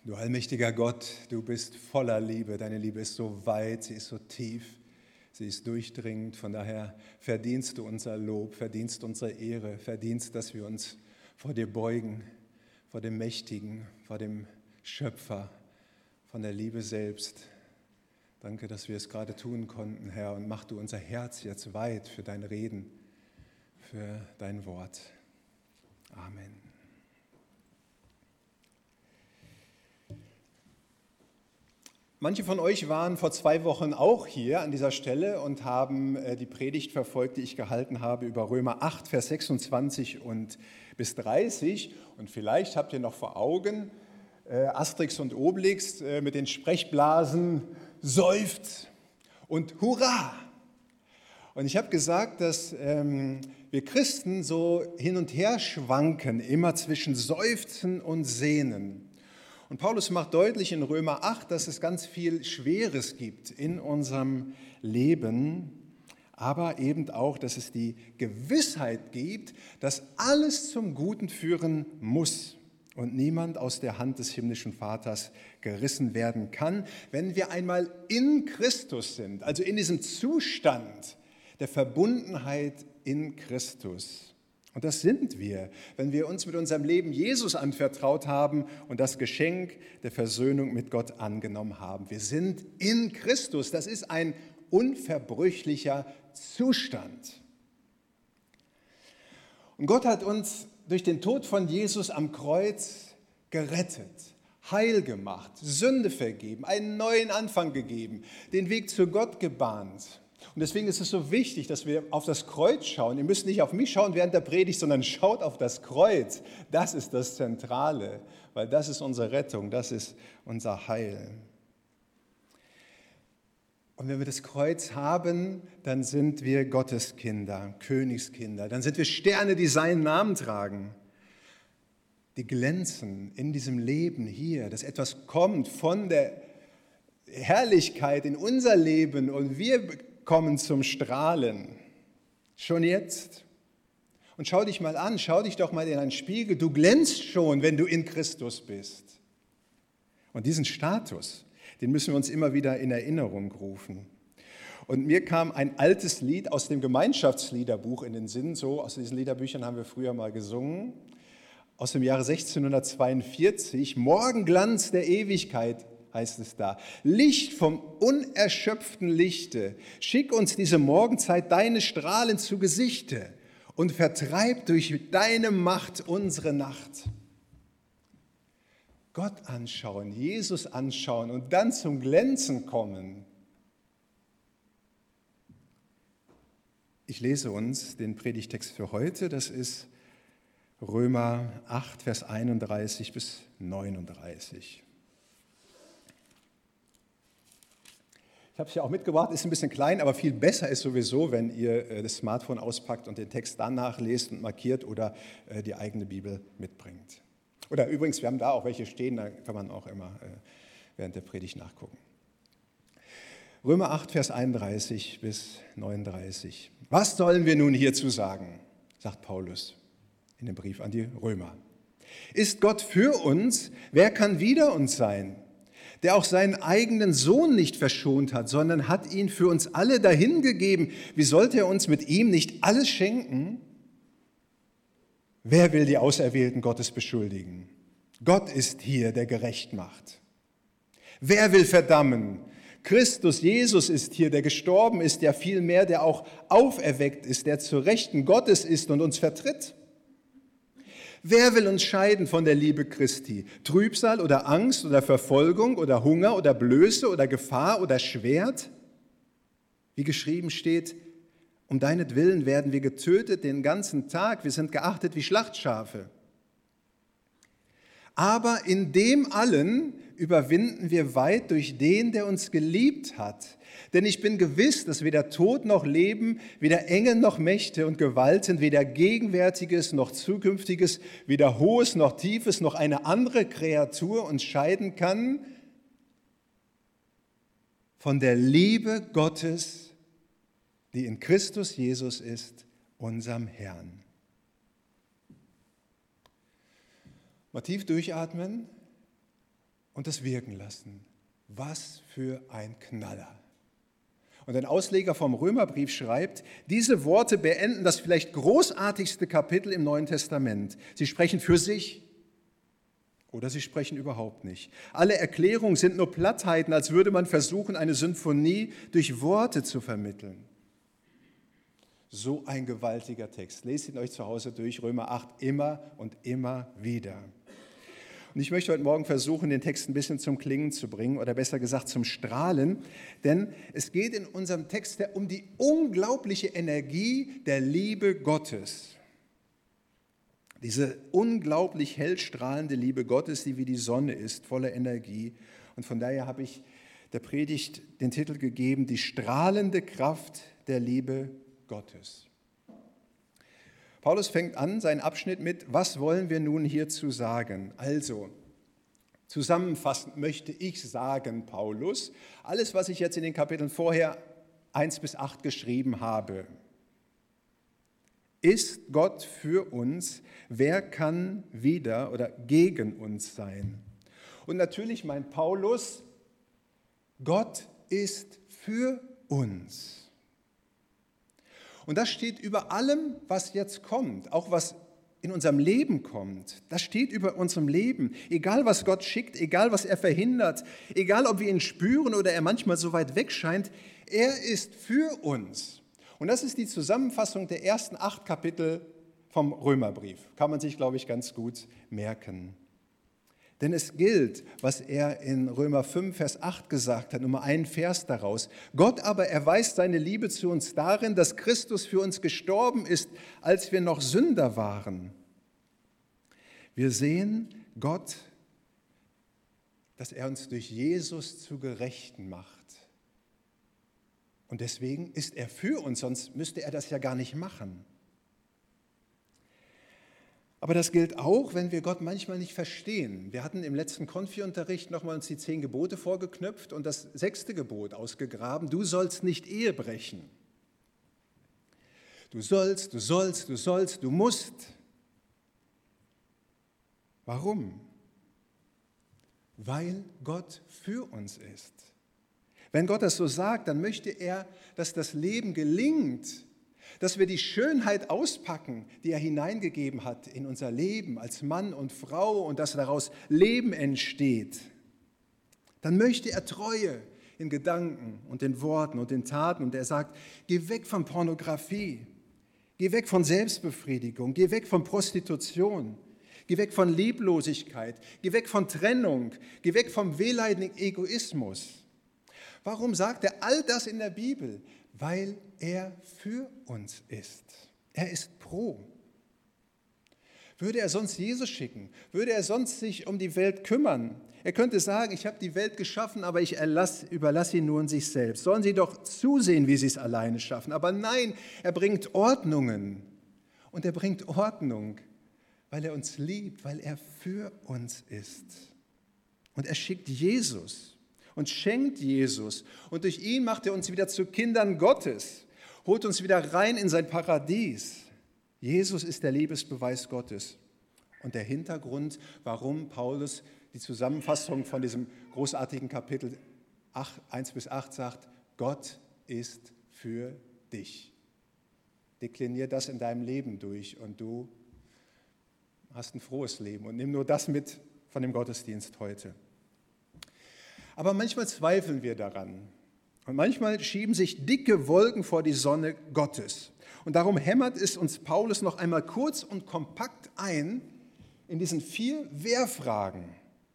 Du allmächtiger Gott, du bist voller Liebe. Deine Liebe ist so weit, sie ist so tief, sie ist durchdringend. Von daher verdienst du unser Lob, verdienst unsere Ehre, verdienst, dass wir uns vor dir beugen, vor dem Mächtigen, vor dem Schöpfer, von der Liebe selbst. Danke, dass wir es gerade tun konnten, Herr, und mach du unser Herz jetzt weit für dein Reden, für dein Wort. Amen. Manche von euch waren vor 2 Wochen auch hier an dieser Stelle und haben die Predigt verfolgt, die ich gehalten habe über Römer 8, Vers 26 bis 30. Und vielleicht habt ihr noch vor Augen Asterix und Obelix mit den Sprechblasen seufzt und Hurra! Und ich habe gesagt, dass wir Christen so hin und her schwanken, immer zwischen Seufzen und Sehnen. Und Paulus macht deutlich in Römer 8, dass es ganz viel Schweres gibt in unserem Leben, aber eben auch, dass es die Gewissheit gibt, dass alles zum Guten führen muss und niemand aus der Hand des himmlischen Vaters gerissen werden kann, wenn wir einmal in Christus sind, also in diesem Zustand der Verbundenheit in Christus. Und das sind wir, wenn wir uns mit unserem Leben Jesus anvertraut haben und das Geschenk der Versöhnung mit Gott angenommen haben. Wir sind in Christus. Das ist ein unverbrüchlicher Zustand. Und Gott hat uns durch den Tod von Jesus am Kreuz gerettet, heil gemacht, Sünde vergeben, einen neuen Anfang gegeben, den Weg zu Gott gebahnt. Und deswegen ist es so wichtig, dass wir auf das Kreuz schauen. Ihr müsst nicht auf mich schauen während der Predigt, sondern schaut auf das Kreuz. Das ist das Zentrale, weil das ist unsere Rettung, das ist unser Heil. Und wenn wir das Kreuz haben, dann sind wir Gottes Kinder, Königskinder. Dann sind wir Sterne, die seinen Namen tragen, die glänzen in diesem Leben hier, dass etwas kommt von der Herrlichkeit in unser Leben und wir kommen zum Strahlen, schon jetzt. Und schau dich mal an, schau dich doch mal in einen Spiegel, du glänzt schon, wenn du in Christus bist. Und diesen Status, den müssen wir uns immer wieder in Erinnerung rufen. Und mir kam ein altes Lied aus dem Gemeinschaftsliederbuch in den Sinn, so aus diesen Liederbüchern haben wir früher mal gesungen, aus dem Jahre 1642, Morgenglanz der Ewigkeit, heißt es da. Licht vom unerschöpften Lichte, schick uns diese Morgenzeit deine Strahlen zu Gesichte und vertreib durch deine Macht unsere Nacht. Gott anschauen, Jesus anschauen und dann zum Glänzen kommen. Ich lese uns den Predigtext für heute, das ist Römer 8, Vers 31 bis 39. Ich habe es ja auch mitgebracht, ist ein bisschen klein, aber viel besser ist sowieso, wenn ihr das Smartphone auspackt und den Text dann nachlest und markiert oder die eigene Bibel mitbringt. Oder übrigens, wir haben da auch welche stehen, da kann man auch immer während der Predigt nachgucken. Römer 8, Vers 31 bis 39. Was sollen wir nun hierzu sagen, sagt Paulus in dem Brief an die Römer. Ist Gott für uns, wer kann wider uns sein? Der auch seinen eigenen Sohn nicht verschont hat, sondern hat ihn für uns alle dahingegeben. Wie sollte er uns mit ihm nicht alles schenken? Wer will die Auserwählten Gottes beschuldigen? Gott ist hier, der gerecht macht. Wer will verdammen? Christus, Jesus ist hier, der gestorben ist, der vielmehr, der auch auferweckt ist, der zur Rechten Gottes ist und uns vertritt. Wer will uns scheiden von der Liebe Christi? Trübsal oder Angst oder Verfolgung oder Hunger oder Blöße oder Gefahr oder Schwert? Wie geschrieben steht, um deinetwillen werden wir getötet den ganzen Tag, wir sind geachtet wie Schlachtschafe. Aber in dem allen überwinden wir weit durch den, der uns geliebt hat. Denn ich bin gewiss, dass weder Tod noch Leben, weder Engel noch Mächte und Gewalten, weder Gegenwärtiges noch Zukünftiges, weder Hohes noch Tiefes noch eine andere Kreatur uns scheiden kann von der Liebe Gottes, die in Christus Jesus ist, unserem Herrn. Mal tief durchatmen. und das wirken lassen. Was für ein Knaller. Und ein Ausleger vom Römerbrief schreibt, diese Worte beenden das vielleicht großartigste Kapitel im Neuen Testament. Sie sprechen für sich oder sie sprechen überhaupt nicht. Alle Erklärungen sind nur Plattheiten, als würde man versuchen, eine Symphonie durch Worte zu vermitteln. So ein gewaltiger Text. Lest ihn euch zu Hause durch, Römer 8, immer und immer wieder. Und ich möchte heute Morgen versuchen, den Text ein bisschen zum Klingen zu bringen oder besser gesagt zum Strahlen, denn es geht in unserem Text um die unglaubliche Energie der Liebe Gottes. Diese unglaublich hell strahlende Liebe Gottes, die wie die Sonne ist, voller Energie. Und von daher habe ich der Predigt den Titel gegeben, die strahlende Kraft der Liebe Gottes. Paulus fängt an, seinen Abschnitt mit, was wollen wir nun hierzu sagen? Also, zusammenfassend möchte ich sagen, Paulus, alles, was ich jetzt in den Kapiteln vorher 1 bis 8 geschrieben habe, ist Gott für uns, wer kann wider oder gegen uns sein? Und natürlich meint Paulus, Gott ist für uns. Und das steht über allem, was jetzt kommt, auch was in unserem Leben kommt. Das steht über unserem Leben. Egal, was Gott schickt, egal, was er verhindert, egal, ob wir ihn spüren oder er manchmal so weit weg scheint, er ist für uns. Und das ist die Zusammenfassung der ersten 8 Kapitel vom Römerbrief. Kann man sich, glaube ich, ganz gut merken. Denn es gilt, was er in Römer 5, Vers 8 gesagt hat, nur mal einen Vers daraus. Gott aber erweist seine Liebe zu uns darin, dass Christus für uns gestorben ist, als wir noch Sünder waren. Wir sehen Gott, dass er uns durch Jesus zu Gerechten macht. Und deswegen ist er für uns, sonst müsste er das ja gar nicht machen. Aber das gilt auch, wenn wir Gott manchmal nicht verstehen. Wir hatten im letzten Konfi-Unterricht nochmal uns die 10 Gebote vorgeknüpft und das 6. Gebot ausgegraben. Du sollst nicht Ehe brechen. Du sollst, du musst. Warum? Weil Gott für uns ist. Wenn Gott das so sagt, dann möchte er, dass das Leben gelingt, dass wir die Schönheit auspacken, die er hineingegeben hat in unser Leben als Mann und Frau und dass daraus Leben entsteht. Dann möchte er Treue in Gedanken und in Worten und in Taten. Und er sagt, geh weg von Pornografie, geh weg von Selbstbefriedigung, geh weg von Prostitution, geh weg von Lieblosigkeit, geh weg von Trennung, geh weg vom wehleidigen Egoismus. Warum sagt er all das in der Bibel? Weil er für uns ist. Er ist pro. Würde er sonst Jesus schicken? Würde er sonst sich um die Welt kümmern? Er könnte sagen, ich habe die Welt geschaffen, aber ich überlasse sie nur in sich selbst. Sollen sie doch zusehen, wie sie es alleine schaffen. Aber nein, er bringt Ordnungen. Und er bringt Ordnung, weil er uns liebt, weil er für uns ist. Und er schickt Jesus und schenkt Jesus. Und durch ihn macht er uns wieder zu Kindern Gottes, holt uns wieder rein in sein Paradies. Jesus ist der Liebesbeweis Gottes. Und der Hintergrund, warum Paulus die Zusammenfassung von diesem großartigen Kapitel 1 bis 8 sagt, Gott ist für dich. Deklinier das in deinem Leben durch und du hast ein frohes Leben. Und nimm nur das mit von dem Gottesdienst heute. Aber manchmal zweifeln wir daran. Und manchmal schieben sich dicke Wolken vor die Sonne Gottes. Und darum hämmert es uns Paulus noch einmal kurz und kompakt ein in diesen 4 Wer-Fragen.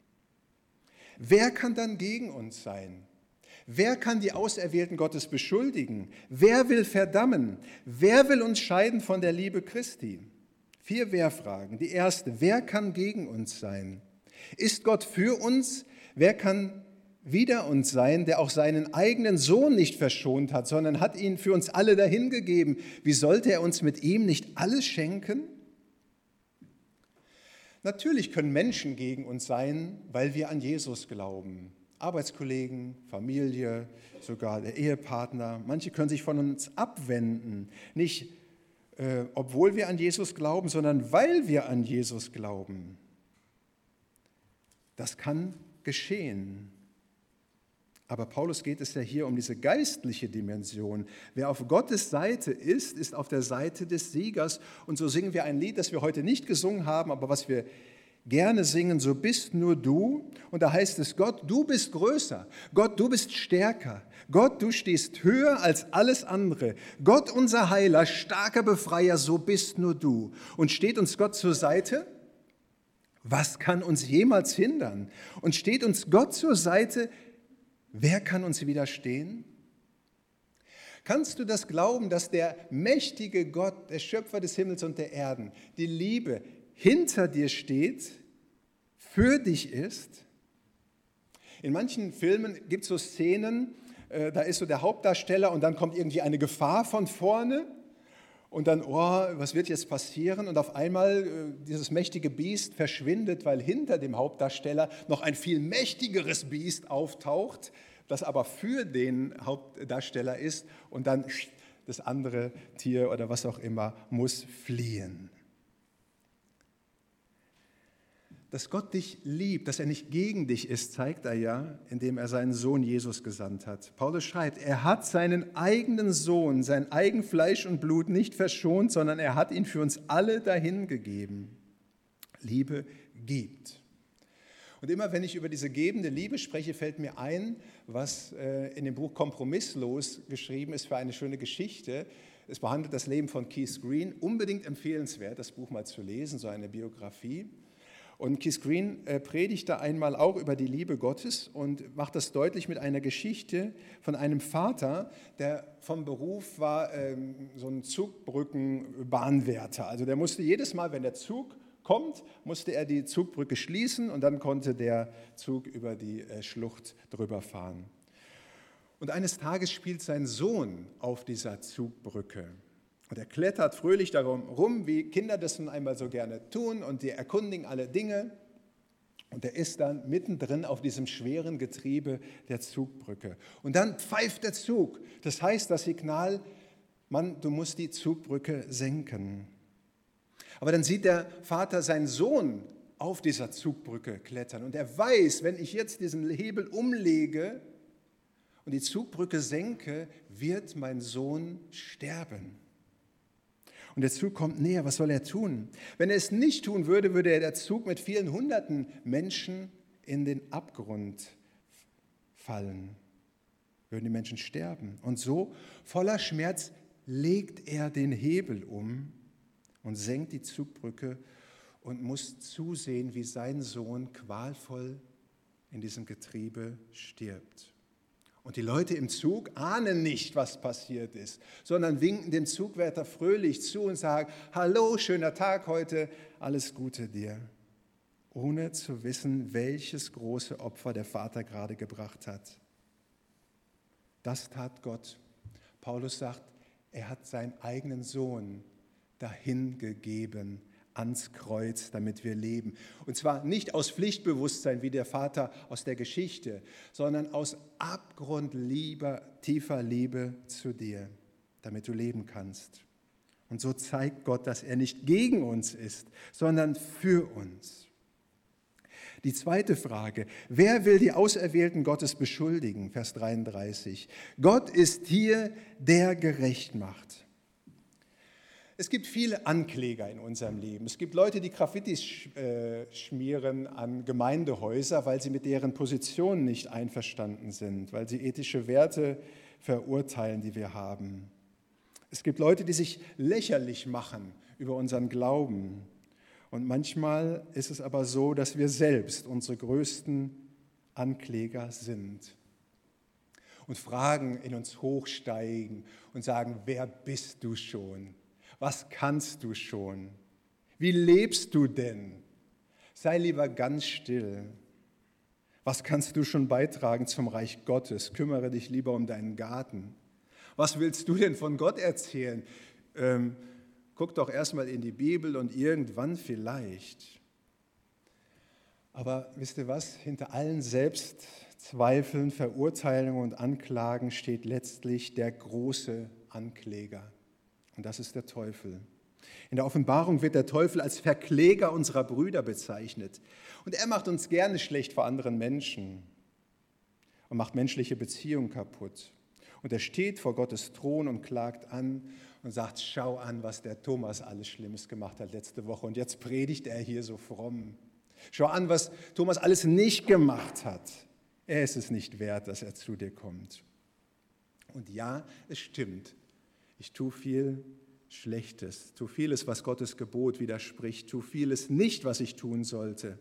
Wer kann dann gegen uns sein? Wer kann die Auserwählten Gottes beschuldigen? Wer will verdammen? Wer will uns scheiden von der Liebe Christi? 4 Wer-Fragen. Die erste, wer kann gegen uns sein? Ist Gott für uns? Wer kann wider uns sein, der auch seinen eigenen Sohn nicht verschont hat, sondern hat ihn für uns alle dahingegeben? Wie sollte er uns mit ihm nicht alles schenken? Natürlich können Menschen gegen uns sein, weil wir an Jesus glauben. Arbeitskollegen, Familie, sogar der Ehepartner. Manche können sich von uns abwenden, nicht obwohl wir an Jesus glauben, sondern weil wir an Jesus glauben. Das kann geschehen. Aber Paulus geht es ja hier um diese geistliche Dimension. Wer auf Gottes Seite ist, ist auf der Seite des Siegers. Und so singen wir ein Lied, das wir heute nicht gesungen haben, aber was wir gerne singen: So bist nur du. Und da heißt es: Gott, du bist größer. Gott, du bist stärker. Gott, du stehst höher als alles andere. Gott, unser Heiler, starker Befreier, so bist nur du. Und steht uns Gott zur Seite? Was kann uns jemals hindern? Und steht uns Gott zur Seite? Wer kann uns widerstehen? Kannst du das glauben, dass der mächtige Gott, der Schöpfer des Himmels und der Erden, die Liebe hinter dir steht, für dich ist? In manchen Filmen gibt es so Szenen, da ist so der Hauptdarsteller und dann kommt irgendwie eine Gefahr von vorne und dann, was wird jetzt passieren? Und auf einmal dieses mächtige Biest verschwindet, weil hinter dem Hauptdarsteller noch ein viel mächtigeres Biest auftaucht, das aber für den Hauptdarsteller ist, und dann das andere Tier oder was auch immer muss fliehen. Dass Gott dich liebt, dass er nicht gegen dich ist, zeigt er ja, indem er seinen Sohn Jesus gesandt hat. Paulus schreibt, er hat seinen eigenen Sohn, sein eigen Fleisch und Blut nicht verschont, sondern er hat ihn für uns alle dahingegeben. Liebe gibt. Und immer wenn ich über diese gebende Liebe spreche, fällt mir ein, was in dem Buch Kompromisslos geschrieben ist für eine schöne Geschichte. Es behandelt das Leben von Keith Green. Unbedingt empfehlenswert, das Buch mal zu lesen, so eine Biografie. Und Keith Green predigt da einmal auch über die Liebe Gottes und macht das deutlich mit einer Geschichte von einem Vater, der vom Beruf war so ein Zugbrückenbahnwärter. Also der musste jedes Mal, wenn der Zug kommt, musste er die Zugbrücke schließen und dann konnte der Zug über die Schlucht drüber fahren. Und eines Tages spielt sein Sohn auf dieser Zugbrücke. Und er klettert fröhlich darum rum, wie Kinder das nun einmal so gerne tun, und die erkundigen alle Dinge. Und er ist dann mittendrin auf diesem schweren Getriebe der Zugbrücke. Und dann pfeift der Zug. Das heißt, das Signal: Mann, du musst die Zugbrücke senken. Aber dann sieht der Vater seinen Sohn auf dieser Zugbrücke klettern. Und er weiß, wenn ich jetzt diesen Hebel umlege und die Zugbrücke senke, wird mein Sohn sterben. Und der Zug kommt näher. Was soll er tun? Wenn er es nicht tun würde, würde der Zug mit vielen hunderten Menschen in den Abgrund fallen. Würden die Menschen sterben. Und so, voller Schmerz, legt er den Hebel um und senkt die Zugbrücke und muss zusehen, wie sein Sohn qualvoll in diesem Getriebe stirbt. Und die Leute im Zug ahnen nicht, was passiert ist, sondern winken dem Zugwärter fröhlich zu und sagen: Hallo, schöner Tag heute, alles Gute dir. Ohne zu wissen, welches große Opfer der Vater gerade gebracht hat. Das tat Gott. Paulus sagt, er hat seinen eigenen Sohn dahingegeben ans Kreuz, damit wir leben. Und zwar nicht aus Pflichtbewusstsein wie der Vater aus der Geschichte, sondern aus tiefer Liebe zu dir, damit du leben kannst. Und so zeigt Gott, dass er nicht gegen uns ist, sondern für uns. Die zweite Frage: Wer will die Auserwählten Gottes beschuldigen? Vers 33. Gott ist hier, der gerecht macht. Es gibt viele Ankläger in unserem Leben. Es gibt Leute, die Graffitis schmieren an Gemeindehäuser, weil sie mit deren Position nicht einverstanden sind, weil sie ethische Werte verurteilen, die wir haben. Es gibt Leute, die sich lächerlich machen über unseren Glauben. Und manchmal ist es aber so, dass wir selbst unsere größten Ankläger sind. Und Fragen in uns hochsteigen und sagen: Wer bist du schon? Was kannst du schon? Wie lebst du denn? Sei lieber ganz still. Was kannst du schon beitragen zum Reich Gottes? Kümmere dich lieber um deinen Garten. Was willst du denn von Gott erzählen? Guck doch erstmal in die Bibel und irgendwann vielleicht. Aber wisst ihr was? Hinter allen Selbstzweifeln, Verurteilungen und Anklagen steht letztlich der große Ankläger. Und das ist der Teufel. In der Offenbarung wird der Teufel als Verkläger unserer Brüder bezeichnet. Und er macht uns gerne schlecht vor anderen Menschen und macht menschliche Beziehungen kaputt. Und er steht vor Gottes Thron und klagt an und sagt, schau an, was der Thomas alles Schlimmes gemacht hat letzte Woche. Und jetzt predigt er hier so fromm. Schau an, was Thomas alles nicht gemacht hat. Er ist es nicht wert, dass er zu dir kommt. Und ja, es stimmt. Ich tue viel Schlechtes, tue vieles, was Gottes Gebot widerspricht, tue vieles nicht, was ich tun sollte.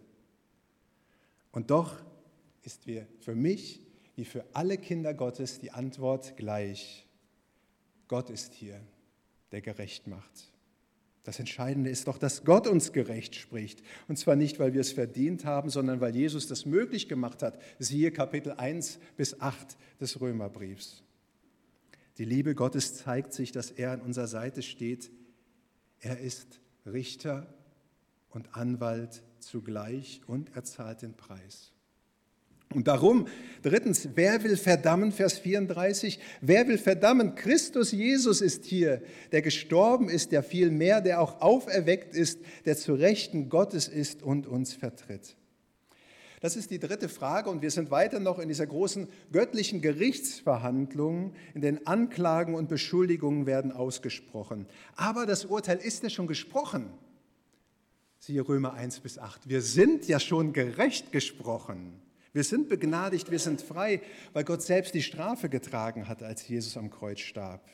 Und doch ist für mich wie für alle Kinder Gottes die Antwort gleich. Gott ist hier, der gerecht macht. Das Entscheidende ist doch, dass Gott uns gerecht spricht. Und zwar nicht, weil wir es verdient haben, sondern weil Jesus das möglich gemacht hat. Siehe Kapitel 1 bis 8 des Römerbriefs. Die Liebe Gottes zeigt sich, dass er an unserer Seite steht. Er ist Richter und Anwalt zugleich und er zahlt den Preis. Und darum, drittens, wer will verdammen, Vers 34, wer will verdammen? Christus Jesus ist hier, der gestorben ist, der vielmehr, der auch auferweckt ist, der zu Rechten Gottes ist und uns vertritt. Das ist die dritte Frage und wir sind weiter noch in dieser großen göttlichen Gerichtsverhandlung, in den Anklagen und Beschuldigungen werden ausgesprochen. Aber das Urteil ist ja schon gesprochen. Siehe Römer 1 bis 8. Wir sind ja schon gerecht gesprochen. Wir sind begnadigt, wir sind frei, weil Gott selbst die Strafe getragen hat, als Jesus am Kreuz starb.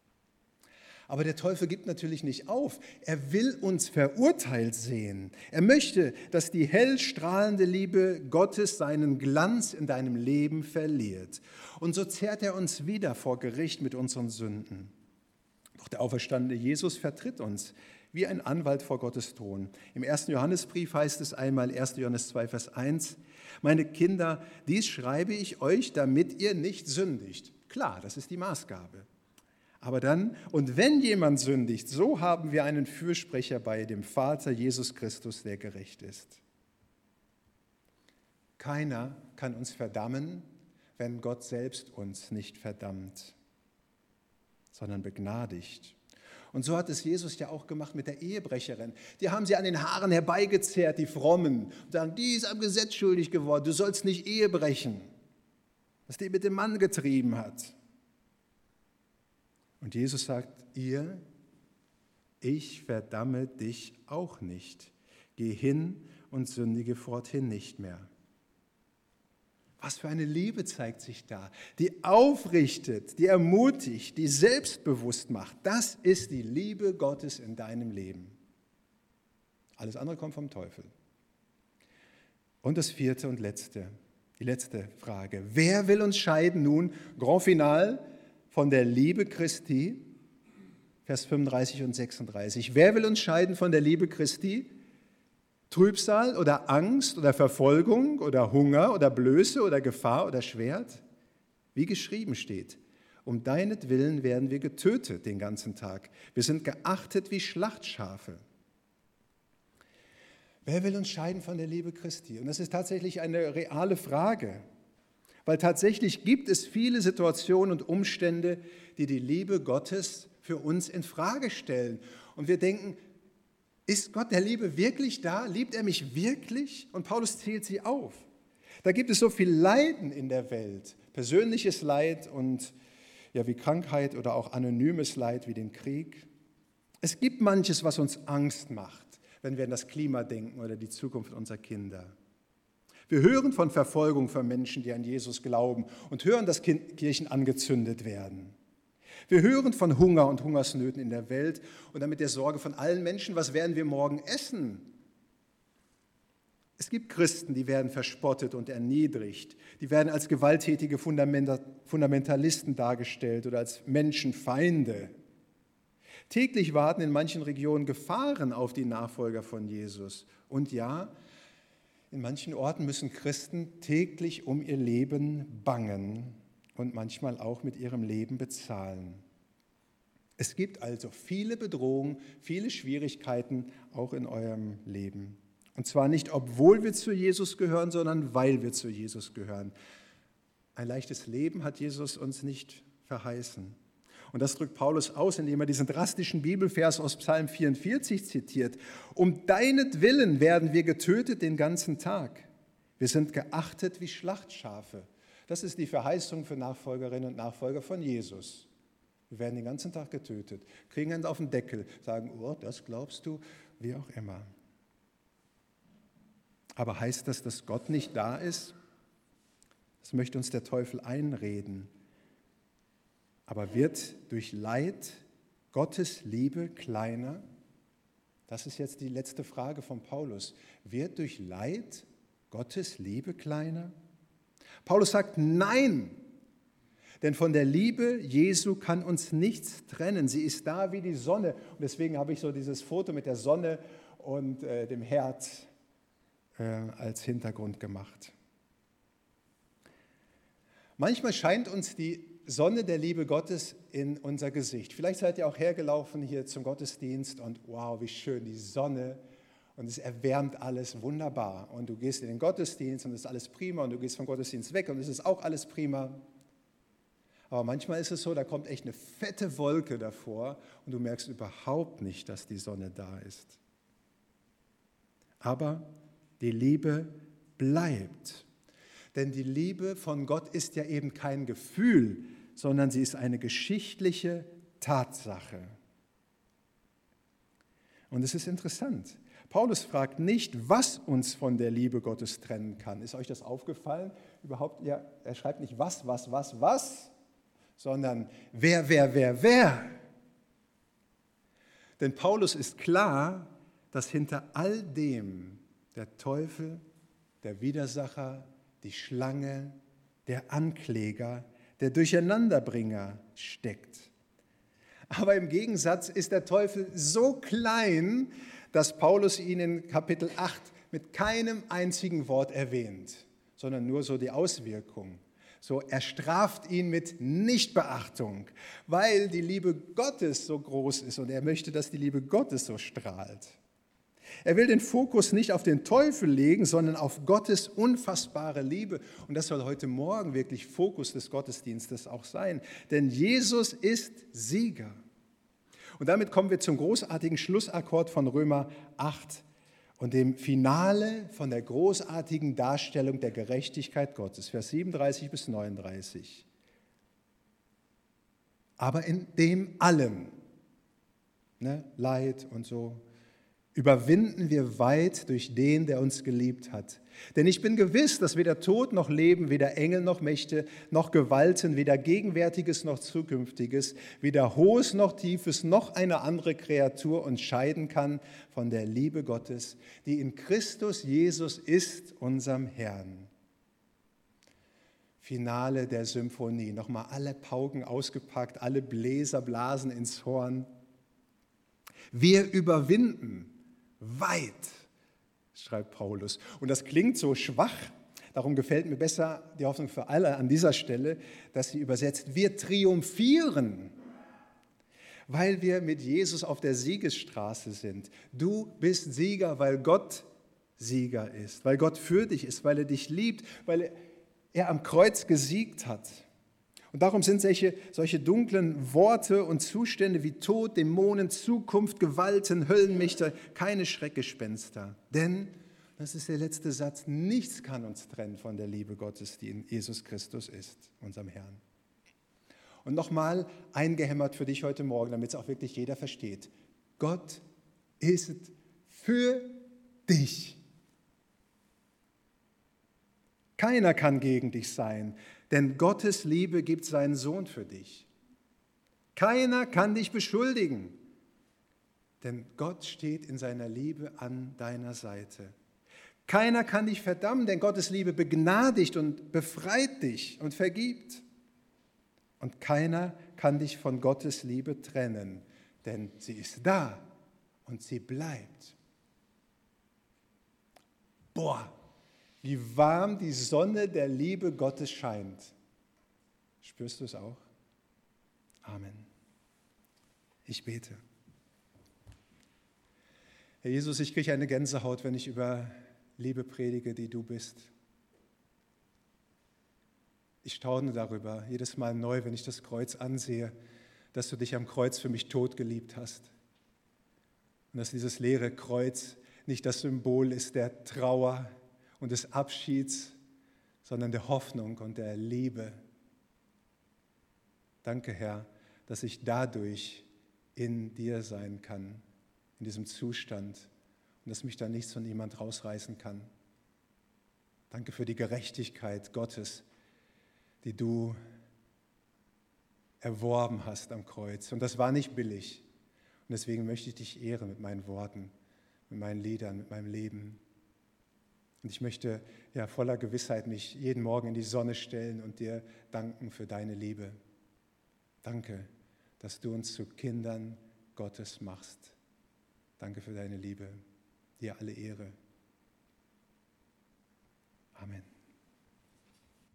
Aber der Teufel gibt natürlich nicht auf. Er will uns verurteilt sehen. Er möchte, dass die hell strahlende Liebe Gottes seinen Glanz in deinem Leben verliert. Und so zerrt er uns wieder vor Gericht mit unseren Sünden. Doch der auferstandene Jesus vertritt uns wie ein Anwalt vor Gottes Thron. Im 1. Johannesbrief heißt es einmal, 1. Johannes 2, Vers 1, meine Kinder, dies schreibe ich euch, damit ihr nicht sündigt. Klar, das ist die Maßgabe. Aber dann, und wenn jemand sündigt, so haben wir einen Fürsprecher bei dem Vater Jesus Christus, der gerecht ist. Keiner kann uns verdammen, wenn Gott selbst uns nicht verdammt, sondern begnadigt. Und so hat es Jesus ja auch gemacht mit der Ehebrecherin. Die haben sie an den Haaren herbeigezerrt, die Frommen, und sagen, die ist am Gesetz schuldig geworden, du sollst nicht Ehe brechen, was die mit dem Mann getrieben hat. Und Jesus sagt, ich verdamme dich auch nicht. Geh hin und sündige forthin nicht mehr. Was für eine Liebe zeigt sich da, die aufrichtet, die ermutigt, die selbstbewusst macht. Das ist die Liebe Gottes in deinem Leben. Alles andere kommt vom Teufel. Und das vierte und letzte, die letzte Frage. Wer will uns scheiden nun, Grand Final, von der Liebe Christi? Vers 35 und 36. Wer will uns scheiden von der Liebe Christi? Trübsal oder Angst oder Verfolgung oder Hunger oder Blöße oder Gefahr oder Schwert? Wie geschrieben steht, um deinetwillen werden wir getötet den ganzen Tag. Wir sind geachtet wie Schlachtschafe. Wer will uns scheiden von der Liebe Christi? Und das ist tatsächlich eine reale Frage, weil tatsächlich gibt es viele Situationen und Umstände, die die Liebe Gottes für uns in Frage stellen. Und wir denken, ist Gott der Liebe wirklich da? Liebt er mich wirklich? Und Paulus zählt sie auf. Da gibt es so viel Leiden in der Welt, persönliches Leid und ja, wie Krankheit oder auch anonymes Leid wie den Krieg. Es gibt manches, was uns Angst macht, wenn wir an das Klima denken oder die Zukunft unserer Kinder. Wir hören von Verfolgung von Menschen, die an Jesus glauben und hören, dass Kirchen angezündet werden. Wir hören von Hunger und Hungersnöten in der Welt und damit der Sorge von allen Menschen, was werden wir morgen essen? Es gibt Christen, die werden verspottet und erniedrigt. Die werden als gewalttätige Fundamentalisten dargestellt oder als Menschenfeinde. Täglich warten in manchen Regionen Gefahren auf die Nachfolger von Jesus. Und ja, in manchen Orten müssen Christen täglich um ihr Leben bangen und manchmal auch mit ihrem Leben bezahlen. Es gibt also viele Bedrohungen, viele Schwierigkeiten auch in eurem Leben. Und zwar nicht, obwohl wir zu Jesus gehören, sondern weil wir zu Jesus gehören. Ein leichtes Leben hat Jesus uns nicht verheißen. Und das drückt Paulus aus, indem er diesen drastischen Bibelvers aus Psalm 44 zitiert. Um deinetwillen werden wir getötet den ganzen Tag. Wir sind geachtet wie Schlachtschafe. Das ist die Verheißung für Nachfolgerinnen und Nachfolger von Jesus. Wir werden den ganzen Tag getötet, kriegen einen auf den Deckel, sagen, oh, das glaubst du, wie auch immer. Aber heißt das, dass Gott nicht da ist? Das möchte uns der Teufel einreden. Aber wird durch Leid Gottes Liebe kleiner? Das ist jetzt die letzte Frage von Paulus. Wird durch Leid Gottes Liebe kleiner? Paulus sagt nein, denn von der Liebe Jesu kann uns nichts trennen. Sie ist da wie die Sonne. Und deswegen habe ich so dieses Foto mit der Sonne und dem Herz als Hintergrund gemacht. Manchmal scheint uns die Sonne der Liebe Gottes in unser Gesicht. Vielleicht seid ihr auch hergelaufen hier zum Gottesdienst und wow, wie schön, die Sonne und es erwärmt alles wunderbar. Und du gehst in den Gottesdienst und es ist alles prima und du gehst vom Gottesdienst weg und es ist auch alles prima. Aber manchmal ist es so, da kommt echt eine fette Wolke davor und du merkst überhaupt nicht, dass die Sonne da ist. Aber die Liebe bleibt. Denn die Liebe von Gott ist ja eben kein Gefühl, sondern sie ist eine geschichtliche Tatsache. Und es ist interessant. Paulus fragt nicht, was uns von der Liebe Gottes trennen kann. Ist euch das aufgefallen? Überhaupt, ja, er schreibt nicht was, sondern wer. Denn Paulus ist klar, dass hinter all dem der Teufel, der Widersacher, die Schlange, der Ankläger, der Durcheinanderbringer steckt. Aber im Gegensatz ist der Teufel so klein, dass Paulus ihn in Kapitel 8 mit keinem einzigen Wort erwähnt, sondern nur so die Auswirkung. So, er straft ihn mit Nichtbeachtung, weil die Liebe Gottes so groß ist und er möchte, dass die Liebe Gottes so strahlt. Er will den Fokus nicht auf den Teufel legen, sondern auf Gottes unfassbare Liebe. Und das soll heute Morgen wirklich Fokus des Gottesdienstes auch sein. Denn Jesus ist Sieger. Und damit kommen wir zum großartigen Schlussakkord von Römer 8 und dem Finale von der großartigen Darstellung der Gerechtigkeit Gottes, Vers 37 bis 39. Aber in dem allem, Leid und so, überwinden wir weit durch den, der uns geliebt hat. Denn ich bin gewiss, dass weder Tod noch Leben, weder Engel noch Mächte, noch Gewalten, weder Gegenwärtiges noch Zukünftiges, weder Hohes noch Tiefes, noch eine andere Kreatur uns scheiden kann von der Liebe Gottes, die in Christus Jesus ist, unserem Herrn. Finale der Symphonie. Nochmal alle Pauken ausgepackt, alle Bläser blasen ins Horn. Wir überwinden weit, schreibt Paulus. Und das klingt so schwach, darum gefällt mir besser die Hoffnung für alle an dieser Stelle, dass sie übersetzt, wir triumphieren, weil wir mit Jesus auf der Siegesstraße sind. Du bist Sieger, weil Gott Sieger ist, weil Gott für dich ist, weil er dich liebt, weil er am Kreuz gesiegt hat. Und darum sind solche dunklen Worte und Zustände wie Tod, Dämonen, Zukunft, Gewalten, Höllenmächte keine Schreckgespenster. Denn, das ist der letzte Satz, nichts kann uns trennen von der Liebe Gottes, die in Jesus Christus ist, unserem Herrn. Und nochmal eingehämmert für dich heute Morgen, damit es auch wirklich jeder versteht. Gott ist für dich. Keiner kann gegen dich sein. Denn Gottes Liebe gibt seinen Sohn für dich. Keiner kann dich beschuldigen, denn Gott steht in seiner Liebe an deiner Seite. Keiner kann dich verdammen, denn Gottes Liebe begnadigt und befreit dich und vergibt. Und keiner kann dich von Gottes Liebe trennen, denn sie ist da und sie bleibt. Boah! Wie warm die Sonne der Liebe Gottes scheint. Spürst du es auch? Amen. Ich bete. Herr Jesus, ich kriege eine Gänsehaut, wenn ich über Liebe predige, die du bist. Ich staune darüber, jedes Mal neu, wenn ich das Kreuz ansehe, dass du dich am Kreuz für mich tot geliebt hast. Und dass dieses leere Kreuz nicht das Symbol ist der Trauer und des Abschieds, sondern der Hoffnung und der Liebe. Danke, Herr, dass ich dadurch in dir sein kann, in diesem Zustand, und dass mich da nichts von niemand rausreißen kann. Danke für die Gerechtigkeit Gottes, die du erworben hast am Kreuz. Und das war nicht billig. Und deswegen möchte ich dich ehren mit meinen Worten, mit meinen Liedern, mit meinem Leben. Und ich möchte ja voller Gewissheit mich jeden Morgen in die Sonne stellen und dir danken für deine Liebe. Danke, dass du uns zu Kindern Gottes machst. Danke für deine Liebe. Dir alle Ehre. Amen.